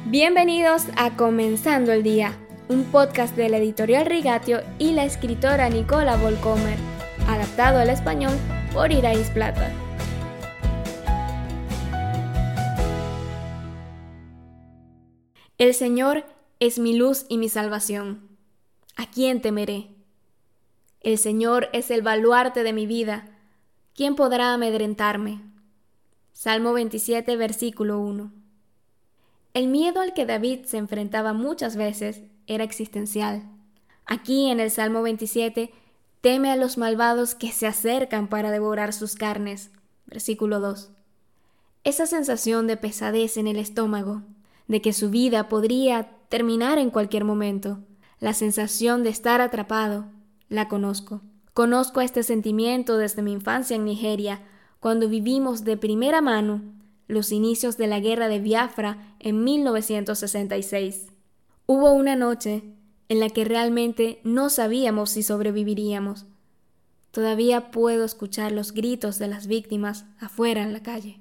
Bienvenidos a Comenzando el Día, un podcast de la editorial Rigatio y la escritora Nicola Volcomer, adaptado al español por Irais Plata. El Señor es mi luz y mi salvación. ¿A quién temeré? El Señor es el baluarte de mi vida. ¿Quién podrá amedrentarme? Salmo 27, versículo 1. El miedo al que David se enfrentaba muchas veces era existencial. Aquí en el Salmo 27, teme a los malvados que se acercan para devorar sus carnes. Versículo 2. Esa sensación de pesadez en el estómago, de que su vida podría terminar en cualquier momento, la sensación de estar atrapado, la conozco. Conozco este sentimiento desde mi infancia en Nigeria, cuando vivimos de primera mano los inicios de la guerra de Biafra en 1966. Hubo una noche en la que realmente no sabíamos si sobreviviríamos. Todavía puedo escuchar los gritos de las víctimas afuera en la calle.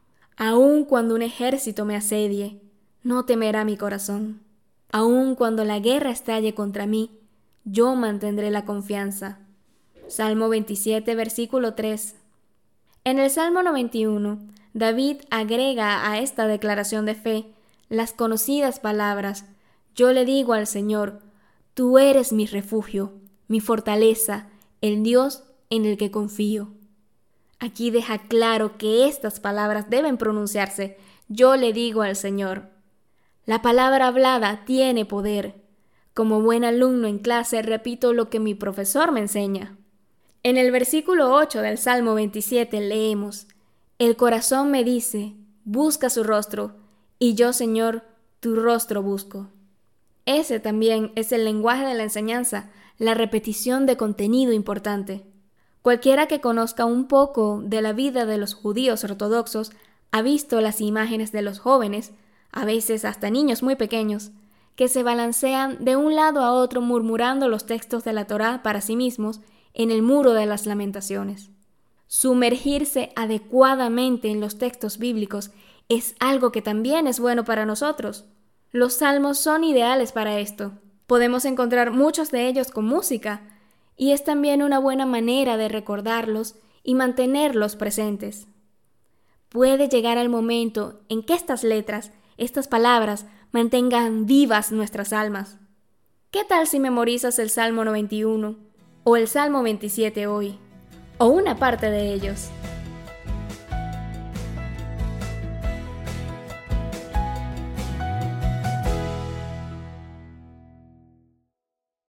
Aun cuando un ejército me asedie, no temerá mi corazón. Aun cuando la guerra estalle contra mí, yo mantendré la confianza. Salmo 27, versículo 3. En el Salmo 91, David agrega a esta declaración de fe las conocidas palabras: yo le digo al Señor, tú eres mi refugio, mi fortaleza, el Dios en el que confío. Aquí deja claro que estas palabras deben pronunciarse: yo le digo al Señor. La palabra hablada tiene poder. Como buen alumno en clase repito lo que mi profesor me enseña. En el versículo 8 del Salmo 27 leemos: el corazón me dice, busca su rostro, y yo, Señor, tu rostro busco. Ese también es el lenguaje de la enseñanza, la repetición de contenido importante. Cualquiera que conozca un poco de la vida de los judíos ortodoxos ha visto las imágenes de los jóvenes, a veces hasta niños muy pequeños, que se balancean de un lado a otro murmurando los textos de la Torá para sí mismos en el muro de las lamentaciones. Sumergirse adecuadamente en los textos bíblicos es algo que también es bueno para nosotros. Los salmos son ideales para esto. Podemos encontrar muchos de ellos con música, y es también una buena manera de recordarlos y mantenerlos presentes. Puede llegar el momento en que estas letras, estas palabras, mantengan vivas nuestras almas. ¿Qué tal si memorizas el Salmo 91 o el Salmo 27 hoy? O una parte de ellos?